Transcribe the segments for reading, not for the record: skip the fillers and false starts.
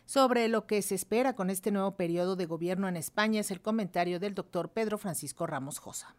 Sobre lo que se espera con este nuevo periodo de gobierno en España es el comentario del doctor Pedro Francisco Ramos Josa.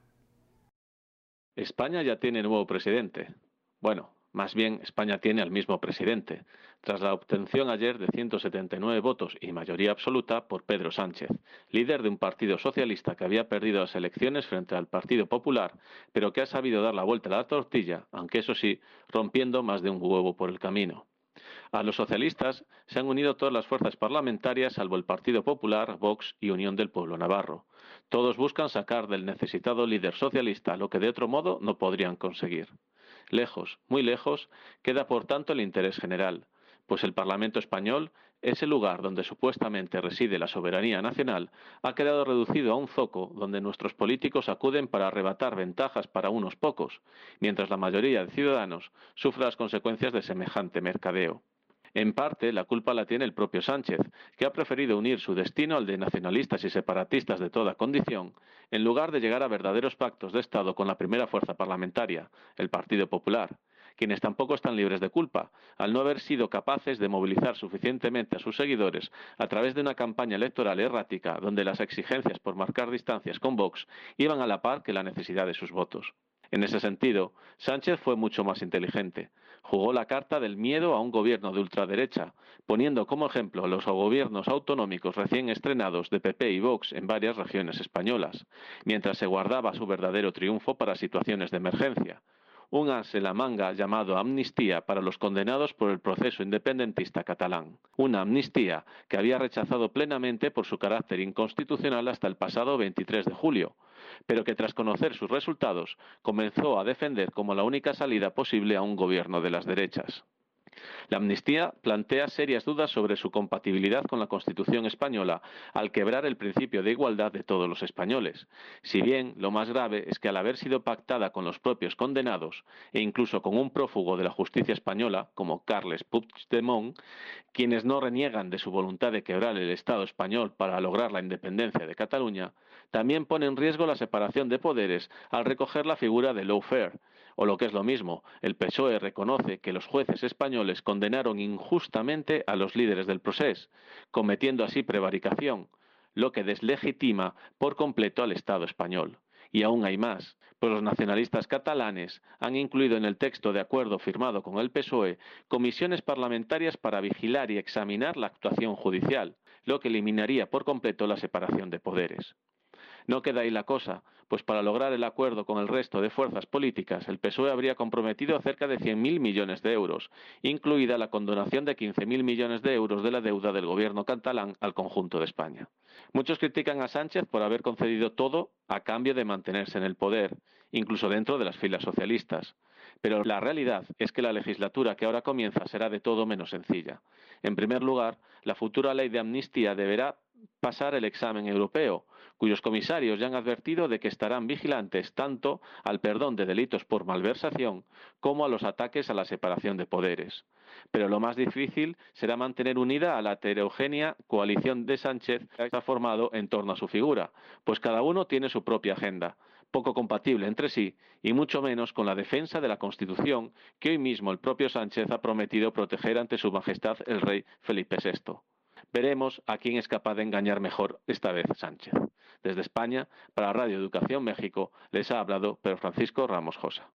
España ya tiene nuevo presidente. Bueno, más bien España tiene al mismo presidente, tras la obtención ayer de 179 votos y mayoría absoluta por Pedro Sánchez, líder de un partido socialista que había perdido las elecciones frente al Partido Popular, pero que ha sabido dar la vuelta a la tortilla, aunque eso sí, rompiendo más de un huevo por el camino. A los socialistas se han unido todas las fuerzas parlamentarias, salvo el Partido Popular, Vox y Unión del Pueblo Navarro. Todos buscan sacar del necesitado líder socialista lo que de otro modo no podrían conseguir. Lejos, muy lejos, queda por tanto el interés general, pues el Parlamento español, ese lugar donde supuestamente reside la soberanía nacional, ha quedado reducido a un zoco donde nuestros políticos acuden para arrebatar ventajas para unos pocos, mientras la mayoría de ciudadanos sufre las consecuencias de semejante mercadeo. En parte, la culpa la tiene el propio Sánchez, que ha preferido unir su destino al de nacionalistas y separatistas de toda condición, en lugar de llegar a verdaderos pactos de Estado con la primera fuerza parlamentaria, el Partido Popular, quienes tampoco están libres de culpa, al no haber sido capaces de movilizar suficientemente a sus seguidores a través de una campaña electoral errática donde las exigencias por marcar distancias con Vox iban a la par que la necesidad de sus votos. En ese sentido, Sánchez fue mucho más inteligente. Jugó la carta del miedo a un gobierno de ultraderecha, poniendo como ejemplo los gobiernos autonómicos recién estrenados de PP y Vox en varias regiones españolas, mientras se guardaba su verdadero triunfo para situaciones de emergencia. Un as en la manga llamado amnistía para los condenados por el proceso independentista catalán. Una amnistía que había rechazado plenamente por su carácter inconstitucional hasta el pasado 23 de julio, pero que tras conocer sus resultados comenzó a defender como la única salida posible a un gobierno de las derechas. La amnistía plantea serias dudas sobre su compatibilidad con la Constitución española al quebrar el principio de igualdad de todos los españoles. Si bien lo más grave es que al haber sido pactada con los propios condenados e incluso con un prófugo de la justicia española como Carles Puigdemont, quienes no reniegan de su voluntad de quebrar el Estado español para lograr la independencia de Cataluña, también pone en riesgo la separación de poderes al recoger la figura de lawfare, o lo que es lo mismo, el PSOE reconoce que los jueces españoles condenaron injustamente a los líderes del procés, cometiendo así prevaricación, lo que deslegitima por completo al Estado español. Y aún hay más, pues los nacionalistas catalanes han incluido en el texto de acuerdo firmado con el PSOE comisiones parlamentarias para vigilar y examinar la actuación judicial, lo que eliminaría por completo la separación de poderes. No queda ahí la cosa, pues para lograr el acuerdo con el resto de fuerzas políticas, el PSOE habría comprometido cerca de 100.000 millones de euros, incluida la condonación de 15.000 millones de euros de la deuda del gobierno catalán al conjunto de España. Muchos critican a Sánchez por haber concedido todo a cambio de mantenerse en el poder, incluso dentro de las filas socialistas. Pero la realidad es que la legislatura que ahora comienza será de todo menos sencilla. En primer lugar, la futura ley de amnistía deberá pasar el examen europeo, cuyos comisarios ya han advertido de que estarán vigilantes tanto al perdón de delitos por malversación como a los ataques a la separación de poderes. Pero lo más difícil será mantener unida a la heterogénea coalición de Sánchez que está formado en torno a su figura, pues cada uno tiene su propia agenda, poco compatible entre sí y mucho menos con la defensa de la Constitución que hoy mismo el propio Sánchez ha prometido proteger ante su majestad el rey Felipe VI. Veremos a quién es capaz de engañar mejor esta vez Sánchez. Desde España, para Radio Educación México, les ha hablado Pedro Francisco Ramos Josa.